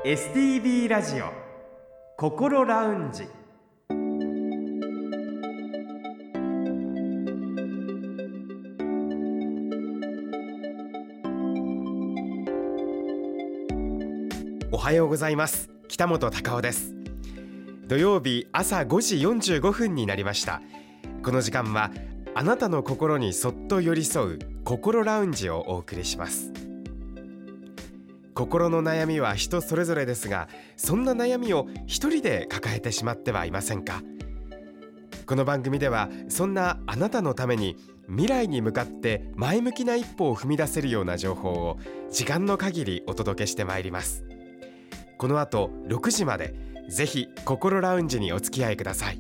STB ラジオ心ラウンジ。おはようございます。北本隆夫です。土曜日朝5時45分になりました。この時間はあなたの心にそっと寄り添う心ラウンジをお送りします。心の悩みは人それぞれですが、そんな悩みを一人で抱えてしまってはいませんか？この番組ではそんなあなたのために未来に向かって前向きな一歩を踏み出せるような情報を時間の限りお届けしてまいります。この後6時までぜひ心ラウンジにお付き合いください。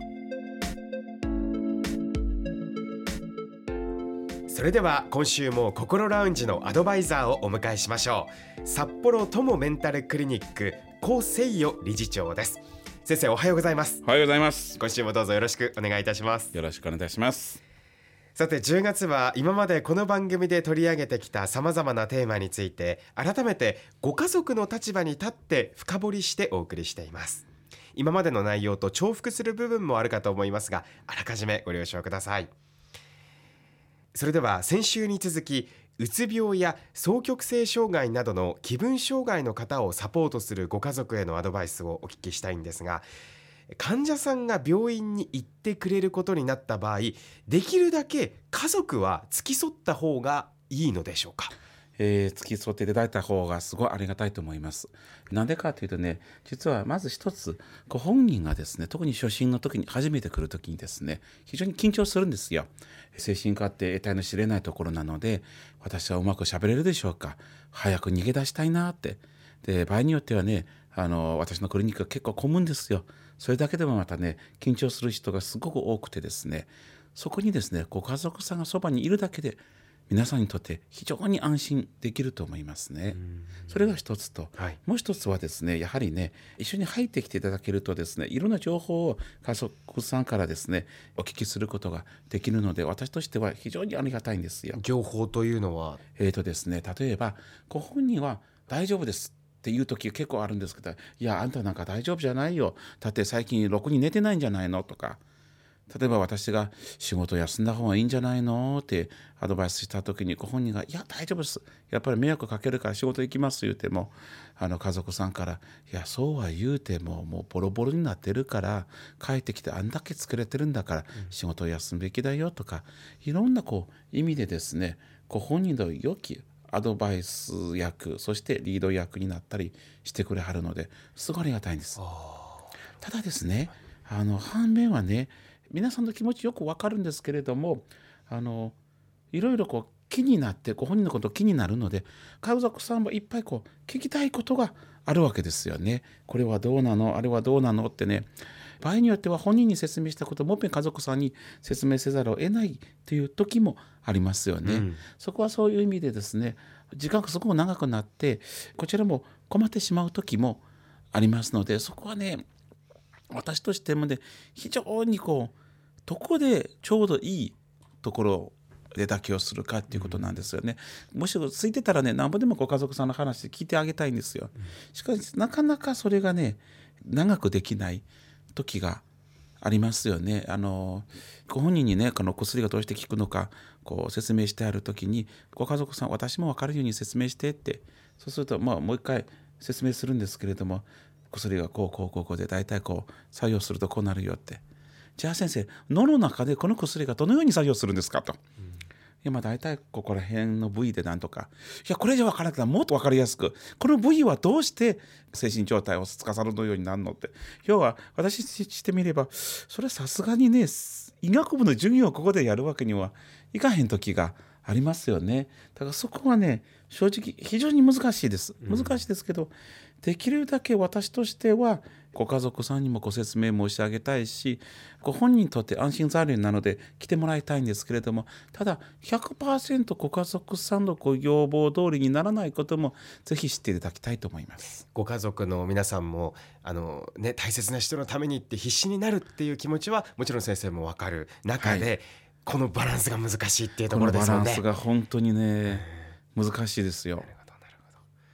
それでは今週も心ラウンジのアドバイザーをお迎えしましょう。札幌友メンタルクリニック高誠代理事長です。先生、おはようございます。 おはようございます。 今週もどうぞよろしくお願いいたします。 よろしくお願いいたします。 さて、10月は今までこの番組で取り上げてきた様々なテーマについて改めてご家族の立場に立って深掘りしてお送りしています。今までの内容と重複する部分もあるかと思いますが、あらかじめご了承ください。それでは先週に続き、うつ病や双極性障害などの気分障害の方をサポートするご家族へのアドバイスをお聞きしたいんですが、患者さんが病院に行ってくれることになった場合、できるだけ家族は付き添った方がいいのでしょうか？ 付き添っていただいた方がすごいありがたいと思います。なんでかというとね、実はまず一つ、ご本人がですね、特に初診の時に初めて来る時にですね、非常に緊張するんですよ。精神科って得体の知れないところなので、私はうまく喋れるでしょうか、早く逃げ出したいなって。で、場合によってはね、私のクリニックが結構混むんですよ。それだけでもまたね、緊張する人がすごく多くてですね、そこにですね、ご家族さんがそばにいるだけで皆さんにとって非常に安心できると思いますね。それが一つと、もう一つはですね、やはりね、一緒に入ってきていただけるとですね、いろんな情報を家族さんからですね、お聞きすることができるので、私としては非常にありがたいんですよ。 情報というのはですね、例えばご本人は大丈夫ですっていう時結構あるんですけど、いや、あんたなんか大丈夫じゃないよ、だって最近ろくに寝てないんじゃないのとか、例えば私が仕事休んだ方がいいんじゃないのってアドバイスした時に、ご本人がいや大丈夫です、やっぱり迷惑かけるから仕事行きます言うても、家族さんからいやそうは言うてももうボロボロになってるから、帰ってきてあんだけ疲れてるんだから仕事を休むべきだよとか、いろんな意味でですね、ご本人の良きアドバイス役、そしてリード役になったりしてくれはるので、すごいありがたいんです。ただですね、反面はね、皆さんの気持ちよくわかるんですけれども、いろいろ気になって、ご本人のこと気になるので、家族さんもいっぱい聞きたいことがあるわけですよね。これはどうなの、あれはどうなのってね、場合によっては本人に説明したことをもっぺん家族さんに説明せざるを得ないという時もありますよね。そこはそういう意味でですね、時間がすごく長くなってこちらも困ってしまう時もありますので、そこはね、私としてもね、非常にどこでちょうどいいところで妥協するかっていうことなんですよね。もし空いてたらね、なんぼでもご家族さんの話聞いてあげたいんですよ。しかしなかなかそれがね、長くできない時がありますよね。ご本人にね、この薬がどうして効くのか説明してある時に、ご家族さん私も分かるように説明してって、そうするともう一回説明するんですけれども、薬がこうで大体作用するとこうなるよって。じゃあ先生、脳の中でこの薬がどのように作用するんですかと。いや、大体ここら辺の部位でなんとか。いや、これじゃ分からなくてもっと分かりやすく、この部位はどうして精神状態を司るようになるのって。要は私してみれば、それさすがにね、医学部の授業をここでやるわけにはいかへん時がありますよね。だからそこはね、正直非常に難しいです。難しいですけど、できるだけ私としてはご家族さんにもご説明申し上げたいし、ご本人にとって安心材料なので来てもらいたいんですけれども、ただ 100% ご家族さんのご要望通りにならないこともぜひ知っていただきたいと思います。 ご家族の皆さんも大切な人のためにって必死になるっていう気持ちはもちろん先生も分かる中で、このバランスが難しいっていうところですよね。 このバランスが本当にね、難しいですよ。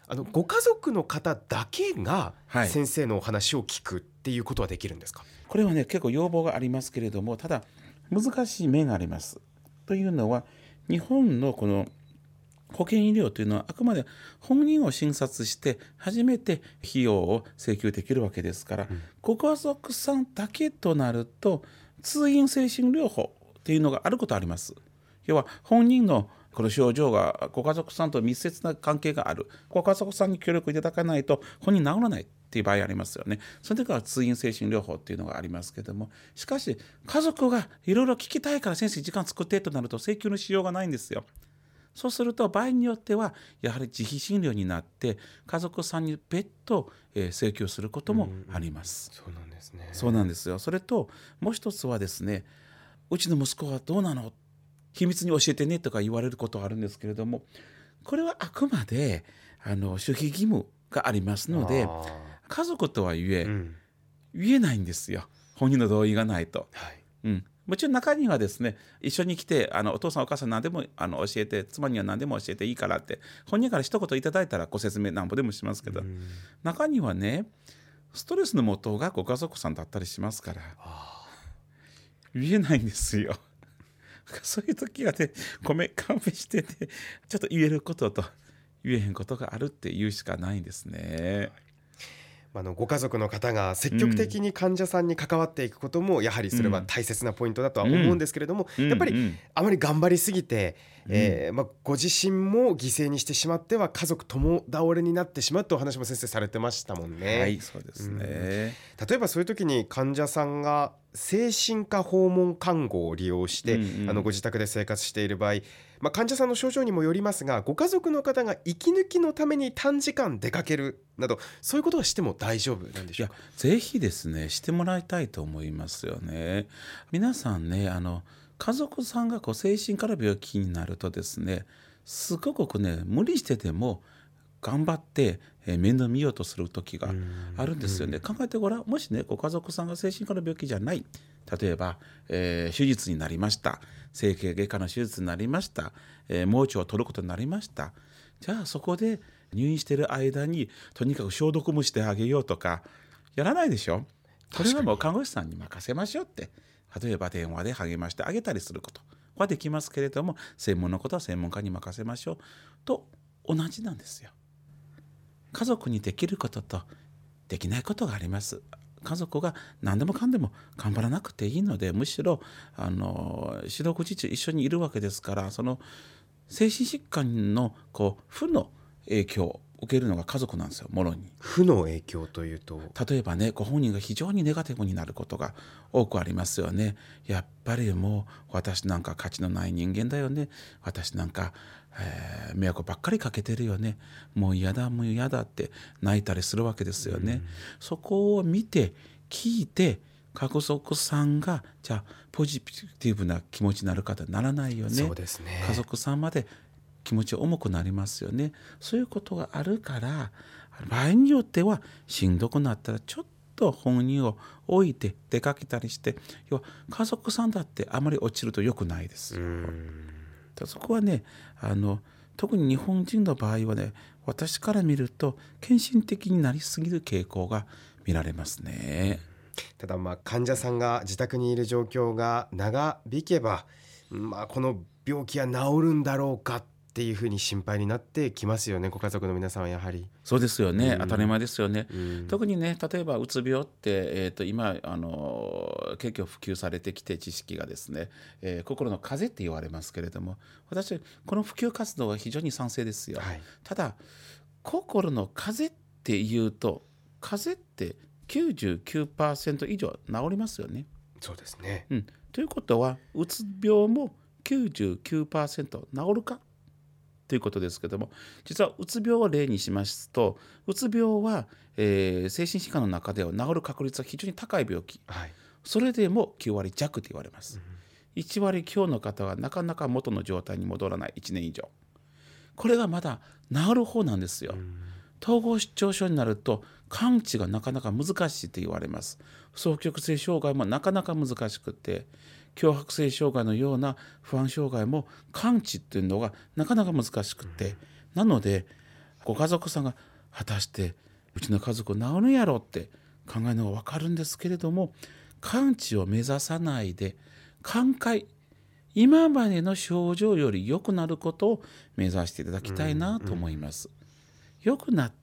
ご家族の方だけがはい、 先生のお話を聞くっていうことはできるんですか？ これはね結構要望がありますけれども、ただ難しい面があります。というのは、日本のこの保険医療というのはあくまで本人を診察して初めて費用を請求できるわけですから、ご家族さんだけとなると通院精神療法というのがあることあります。要は本人のこの症状がご家族さんと密接な関係がある、ご家族さんに協力いただかないと本人治らないっていう場合ありますよね。その時は通院精神療法っていうのがありますけども、しかし家族がいろいろ聞きたいから先生時間作ってとなると請求のしようがないんですよ。そうすると場合によってはやはり自費診療になって家族さんに別途請求することもあります。 そうなんですね。 そうなんですよ。それともう一つはですね、うちの息子はどうなの、秘密に教えてねとか言われることはあるんですけれども、これはあくまで守秘義務がありますので、家族とはいえ、言えないんですよ、本人の同意がないと。 はい。 もちろん中にはですね、一緒に来てお父さんお母さん何でも教えて、妻には何でも教えていいからって本人から一言いただいたらご説明なんぼでもしますけど、中にはねストレスの元がご家族さんだったりしますから言えないんですよ。そういう時はね、勘弁してね、ちょっと言えることと言えへんことがあるって言うしかないんですね。 ご家族の方が積極的に患者さんに関わっていくこともやはりそれは大切なポイントだとは思うんですけれども、やっぱりあまり頑張りすぎて、ご自身も犠牲にしてしまっては家族共倒れになってしまうとお話も先生されてましたもんね。 はい、そうですね。 例えばそういう時に患者さんが精神科訪問看護を利用して、ご自宅で生活している場合、患者さんの症状にもよりますが、ご家族の方が息抜きのために短時間出かけるなど、そういうことはしても大丈夫なんでしょうか？ ぜひですねしてもらいたいと思いますよね。皆さんね、家族さんが精神科の病気になるとですね、すごくね無理してでも頑張って面倒見ようとする時があるんですよね。考えてごらん。もしねご家族さんが精神科の病気じゃない、例えば、手術になりました、整形外科の手術になりました、盲腸を取ることになりました。じゃあそこで入院している間にとにかく消毒もしてあげようとかやらないでしょ。これはもう看護師さんに任せましょうって、例えば電話で励ましてあげたりすることはできますけれども、専門のことは専門家に任せましょうと同じなんですよ。家族にできることとできないことがあります。家族が何でもかんでも頑張らなくていいので、むしろ四六時中一緒にいるわけですから、その精神疾患の負の影響を受けるのが家族なんですよ。もろに負の影響というと、 例えばね、ご本人が非常にネガティブになることが多くありますよね。やっぱりもう私なんか価値のない人間だよね、私なんか、迷惑ばっかりかけてるよね、もう嫌だもう嫌だって泣いたりするわけですよね。そこを見て聞いて家族さんがじゃあポジティブな気持ちになる方にならないよね。 そうですね。 家族さんまで気持ち重くなりますよね。そういうことがあるから、場合によってはしんどくなったらちょっと本人を置いて出かけたりして、要は家族さんだってあまり落ちると良くないです。そこはね特に日本人の場合はね、私から見ると献身的になりすぎる傾向が見られますね。 ただ患者さんが自宅にいる状況が長引けば、この病気は治るんだろうかっていうふうに心配になってきますよね。ご家族の皆さんはやはり。 そうですよね、当たり前ですよね。特にね、例えばうつ病って、今結構普及されてきて知識がですね、心の風邪って言われますけれども、私この普及活動は非常に賛成ですよ。ただ心の風邪っていうと、風邪って 99% 以上治りますよね。 そうですね、 ということはうつ病も 99% 治るかということですけども、実はうつ病を例にしますと、うつ病は、精神疾患の中では治る確率は非常に高い病気、それでも9割弱と言われます。1割強の方はなかなか元の状態に戻らない、1年以上。これがまだ治る方なんですよ。統合失調症になると完治がなかなか難しいと言われます。双極性障害もなかなか難しくて、強迫性障害のような不安障害も完治っていうのがなかなか難しくて、なのでご家族さんが果たしてうちの家族治るやろって考えるのが分かるんですけれども、完治を目指さないで寛解、今までの症状より良くなることを目指していただきたいなと思います。良くなって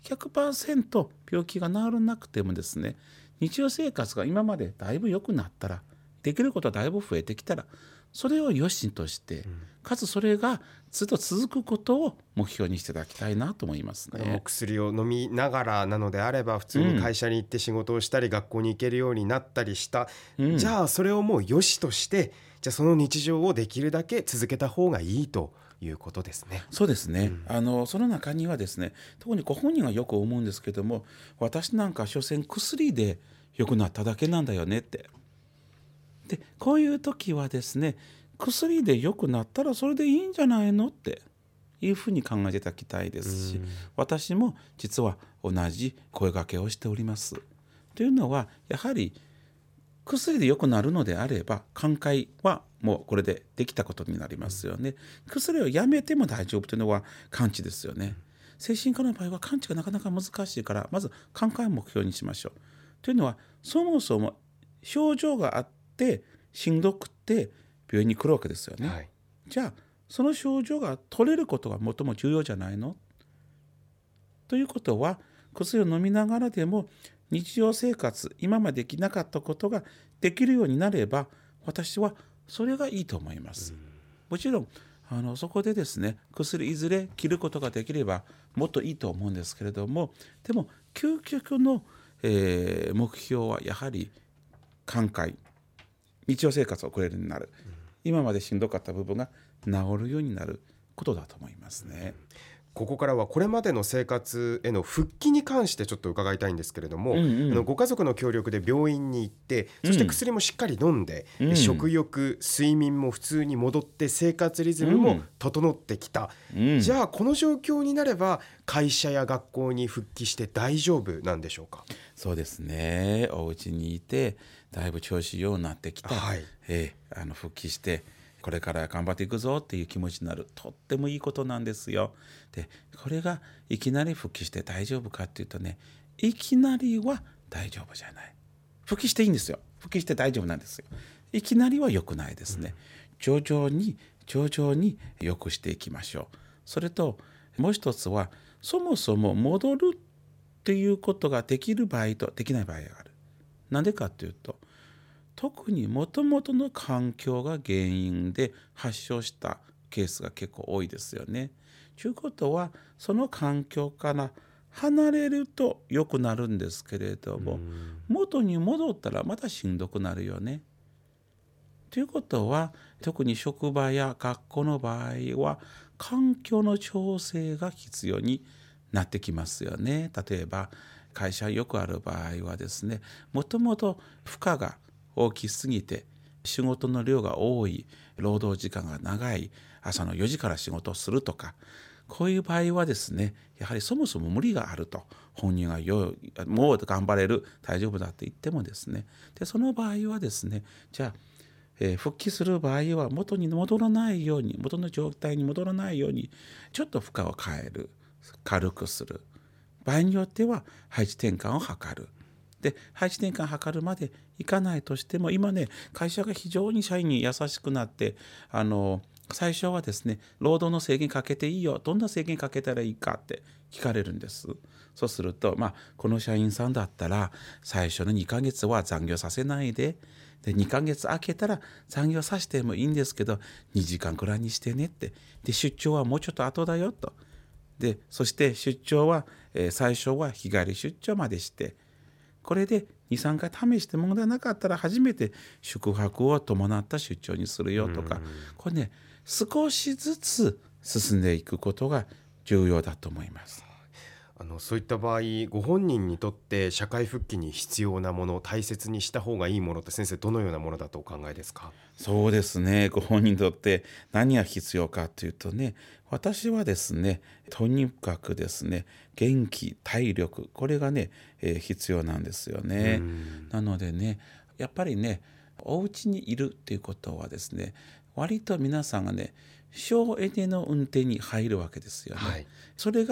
100% 病気が治らなくてもですね、日常生活が今までだいぶ良くなったら、できることはだいぶ増えてきたら、それを良しとして、かつそれがずっと続くことを目標にしていただきたいなと思いますね。 薬を飲みながらなのであれば、普通に会社に行って仕事をしたり、学校に行けるようになったりした、じゃあそれをもう良しとして、じゃあその日常をできるだけ続けた方がいいということですね。 そうですね、その中にはですね、特にご本人はよく思うんですけども、私なんか所詮薬で良くなっただけなんだよねって。でこういう時はですね、薬で良くなったらそれでいいんじゃないのっていうふうに考えていただきたいですし、私も実は同じ声掛けをしております。というのは、やはり薬で良くなるのであれば、寛解はもうこれでできたことになりますよね。薬をやめても大丈夫というのは完治ですよね。精神科の場合は完治がなかなか難しいから、まず寛解を目標にしましょう。というのは、そもそも症状があってしんどくて病院に来るわけですよね。じゃあその症状が取れることが最も重要じゃないのということは、薬を飲みながらでも日常生活、今までできなかったことができるようになれば、私はそれがいいと思います。もちろんそこでですね、薬いずれ切ることができればもっといいと思うんですけれども、でも究極の、目標はやはり寛解、日常生活を送れるようになる、今までしんどかった部分が治るようになることだと思いますね。 ここからはこれまでの生活への復帰に関してちょっと伺いたいんですけれども、ご家族の協力で病院に行って、そして薬もしっかり飲んで、食欲、睡眠も普通に戻って、生活リズムも整ってきた、じゃあこの状況になれば会社や学校に復帰して大丈夫なんでしょうか。 そうですね、お家にいてだいぶ調子ようになってきた、復帰してこれから頑張っていくぞっていう気持ちになる、とってもいいことなんですよ。でこれがいきなり復帰して大丈夫かっていうとね、いきなりは大丈夫じゃない。復帰していいんですよ。復帰して大丈夫なんですよ。いきなりは良くないですね。徐々に良くしていきましょう。それともう一つは、そもそも戻るっていうことができる場合とできない場合がある。なんでかというと、特にもともとの環境が原因で発症したケースが結構多いですよね。ということは、その環境から離れると良くなるんですけれども、元に戻ったらまたしんどくなるよね。ということは、特に職場や学校の場合は環境の調整が必要になってきますよね。例えば会社よくある場合はですね、もともと負荷が大きすぎて仕事の量が多い、労働時間が長い、朝の4時から仕事をするとか、こういう場合はですね、やはりそもそも無理があると、本人がもう頑張れる、大丈夫だって言ってもですね、でその場合はですね、じゃあ、復帰する場合は元に戻らないように、元の状態に戻らないようにちょっと負荷を変える、軽くする、場合によっては配置転換を図る。で配置転換を図るまでいかないとしても、今ね、会社が非常に社員に優しくなって、最初はですね、労働の制限かけていいよ、どんな制限かけたらいいかって聞かれるんです。そうすると、この社員さんだったら最初の2ヶ月は残業させないで、2ヶ月空けたら残業させてもいいんですけど、2時間くらいにしてねって。で出張はもうちょっと後だよと。でそして出張は、最初は日帰り出張までして、これで 2,3 回試して問題なかったら初めて宿泊を伴った出張にするよとか、これね、少しずつ進んでいくことが重要だと思います。 そういった場合、ご本人にとって社会復帰に必要なもの、大切にした方がいいものって、先生どのようなものだとお考えですか。 そうですね、ご本人にとって何が必要かというとね、私はですね、とにかくですね、元気、体力、これがね、必要なんですよね。なのでね、やっぱりね、お家にいるっていうことはですね、割と皆さんがね、省エネの運転に入るわけですよね。それが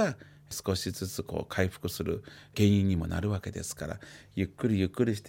少しずつ回復する原因にもなるわけですから、ゆっくりゆっくりして、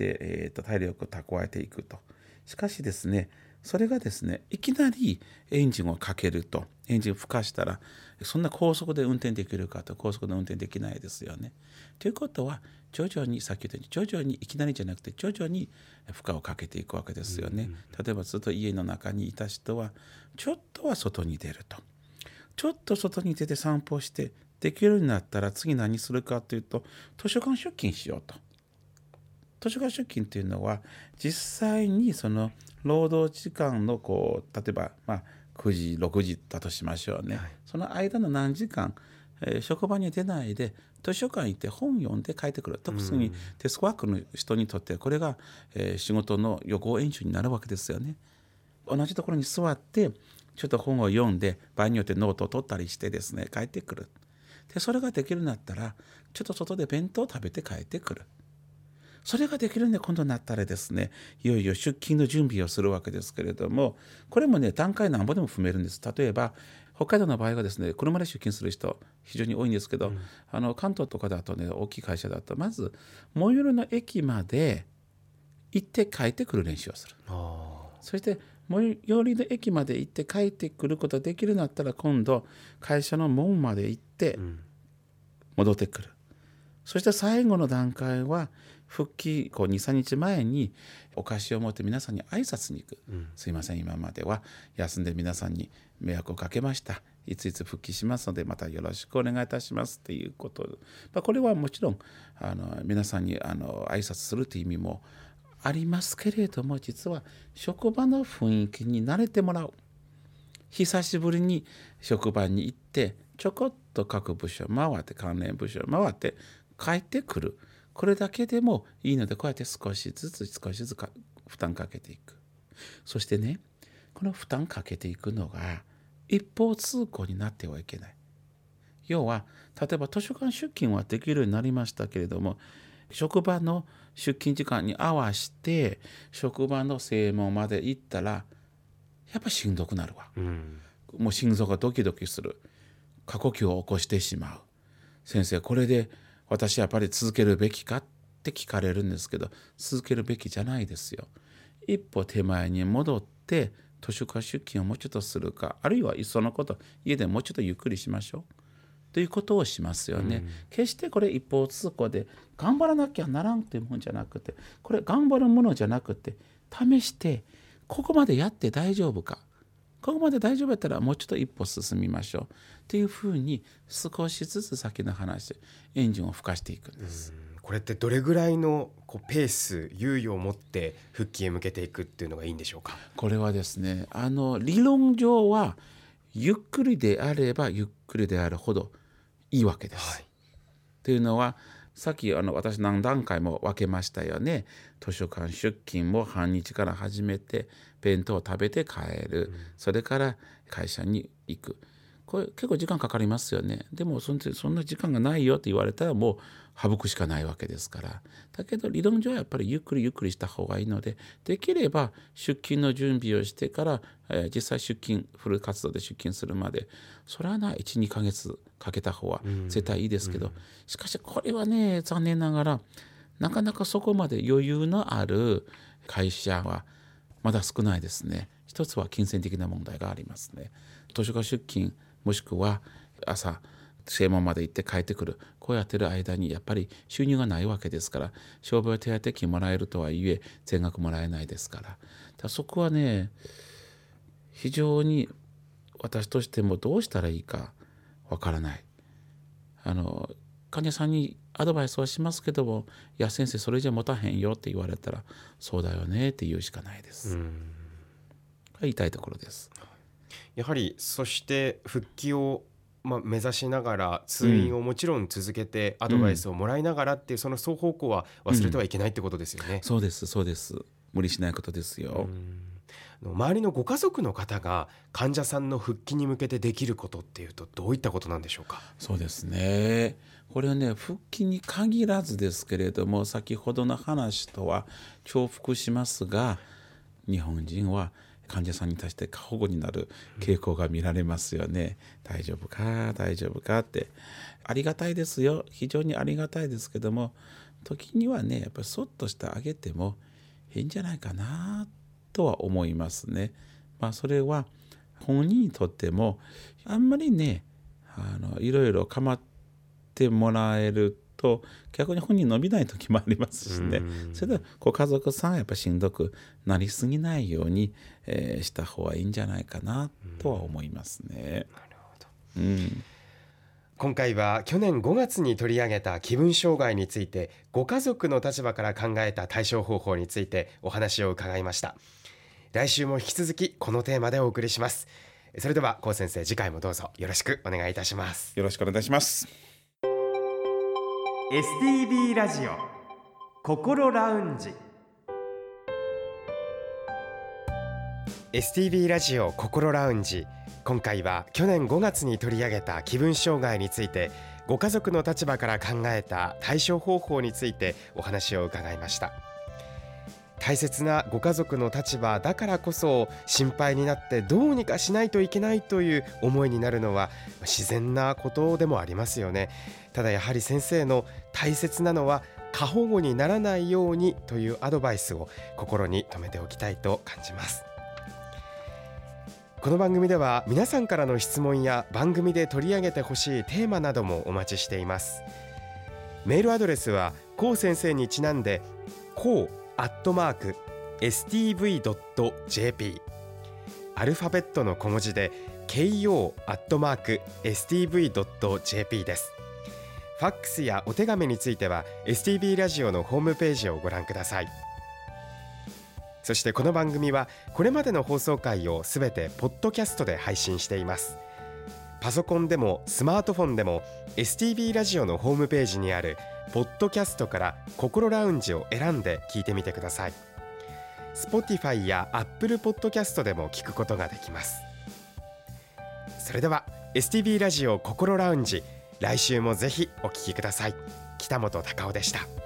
体力を蓄えていくと。しかしですね、それがですね、いきなりエンジンをかけると、エンジンを吹かしたら、そんな高速で運転できるかと、高速で運転できないですよね。ということは、徐々に、さっき言ったように、徐々に、いきなりじゃなくて、徐々に負荷をかけていくわけですよね。例えば、ずっと家の中にいた人は、ちょっとは外に出ると。ちょっと外に出て散歩して、できるようになったら次何するかというと、図書館出勤しようと。図書館出勤というのは、実際にその労働時間の例えば、9時6時だとしましょうね、その間の何時間、職場に出ないで図書館行って本読んで帰ってくる。特にデスクワークの人にとってこれが、仕事の予行演習になるわけですよね。同じところに座ってちょっと本を読んで、場合によってノートを取ったりしてですね、帰ってくる。でそれができるようになったら、ちょっと外で弁当を食べて帰ってくる。それができるように今度になったらですね、いよいよ出勤の準備をするわけですけれども、これもね、段階なんぼでも踏めるんです。例えば北海道の場合はですね、車で出勤する人非常に多いんですけど、関東とかだとね、大きい会社だとまず最寄りの駅まで行って帰ってくる練習をする。そして最寄りの駅まで行って帰ってくることができるようになったら、今度会社の門まで行って戻ってくる。そして最後の段階は復帰2、3日前にお菓子を持って皆さんに挨拶に行く、すいません、今までは休んで皆さんに迷惑をかけました、いついつ復帰しますのでまたよろしくお願いいたしますっていうこと、これはもちろん皆さんに挨拶するという意味もありますけれども、実は職場の雰囲気に慣れてもらう。久しぶりに職場に行ってちょこっと各部署回って、関連部署回って帰ってくる。これだけでもいいので、こうやって少しずつ負担かけていく。そしてね、この負担かけていくのが一方通行になってはいけない。要は例えば図書館出勤はできるようになりましたけれども、職場の出勤時間に合わせて職場の正門まで行ったらやっぱしんどくなるわ、もう心臓がドキドキする。過呼吸を起こしてしまう。先生、これで私やっぱり続けるべきかって聞かれるんですけど、続けるべきじゃないですよ。一歩手前に戻って図書館出勤をもうちょっとするか、あるいはいっそのこと家でもうちょっとゆっくりしましょうということをしますよね。決してこれ一方通行で頑張らなきゃならんというもんじゃなくて、これ頑張るものじゃなくて、試してここまでやって大丈夫か、ここまで大丈夫やったらもうちょっと一歩進みましょうっていうふうに、少しずつ先の話でエンジンを吹かしていくんです。 これってどれぐらいのペース、猶予を持って復帰へ向けていくっていうのがいいんでしょうか。 これはですね、理論上はゆっくりであればゆっくりであるほどいいわけです。というのは、さっき私何段階も分けましたよね。図書館出勤も半日から始めて、弁当を食べて帰る、それから会社に行く。これ結構時間かかりますよね。でもそんな時間がないよって言われたらもう省くしかないわけですから。だけど理論上はやっぱりゆっくりゆっくりした方がいいので、できれば出勤の準備をしてから、実際出勤、フル活動で出勤するまで、それは1、2ヶ月かけた方は絶対いいですけど、しかしこれはね、残念ながらなかなかそこまで余裕のある会社はまだ少ないですね。一つは金銭的な問題がありますね。図書館出勤もしくは朝正門まで行って帰ってくる、こうやってる間にやっぱり収入がないわけですから、傷病手当金もらえるとはいえ全額もらえないですから、そこはね、非常に私としてもどうしたらいいかわからない。患者さんにアドバイスはしますけども、いや先生それじゃ持たへんよって言われたら、そうだよねって言うしかないです。言いたいところです。 やはりそして復帰を目指しながら通院をもちろん続けてアドバイスをもらいながらっていう、その双方向は忘れてはいけないってことですよね。 そうですそうです。無理しないことですよ。 周りのご家族の方が患者さんの復帰に向けてできることっていうとどういったことなんでしょうか。 そうですね、これはね、復帰に限らずですけれども、先ほどの話とは重複しますが、日本人は患者さんに対して過保護になる傾向が見られますよね。大丈夫か大丈夫かって、ありがたいですよ、非常にありがたいですけども、時にはねやっぱりそっとしてあげてもいいんじゃないかなとは思いますね。それは本人にとってもあんまりねいろいろ構ってもらえると逆に本人伸びない時もありますしね。それではご家族さんはやっぱしんどくなりすぎないように、した方がいいんじゃないかなとは思いますね。 なるほど。今回は去年5月に取り上げた気分障害について、ご家族の立場から考えた対処方法についてお話を伺いました。来週も引き続きこのテーマでお送りします。それでは高先生、次回もどうぞよろしくお願いいたします。 よろしくお願いします。 STB ラジオ心ラウンジ。 STB ラジオ心ラウンジ、今回は去年5月に取り上げた気分障害について、ご家族の立場から考えた対処方法についてお話を伺いました。大切なご家族の立場だからこそ心配になってどうにかしないといけないという思いになるのは自然なことでもありますよね。ただやはり先生の大切なのは過保護にならないようにというアドバイスを心に留めておきたいと感じます。この番組では皆さんからの質問や番組で取り上げてほしいテーマなどもお待ちしています。メールアドレスはこう先生にちなんでko@stv.jp、 アルファベットの小文字で ko@stv.jp です。ファックスやお手紙については STB ラジオのホームページをご覧ください。そしてこの番組はこれまでの放送回をすべてポッドキャストで配信しています。パソコンでもスマートフォンでも STB ラジオのホームページにあるポッドキャストから心ラウンジを選んで聞いてみてください。 Spotify や Apple ポッドキャストでも聞くことができます。それでは STB ラジオ心ラウンジ、来週もぜひお聞きください。北本隆夫でした。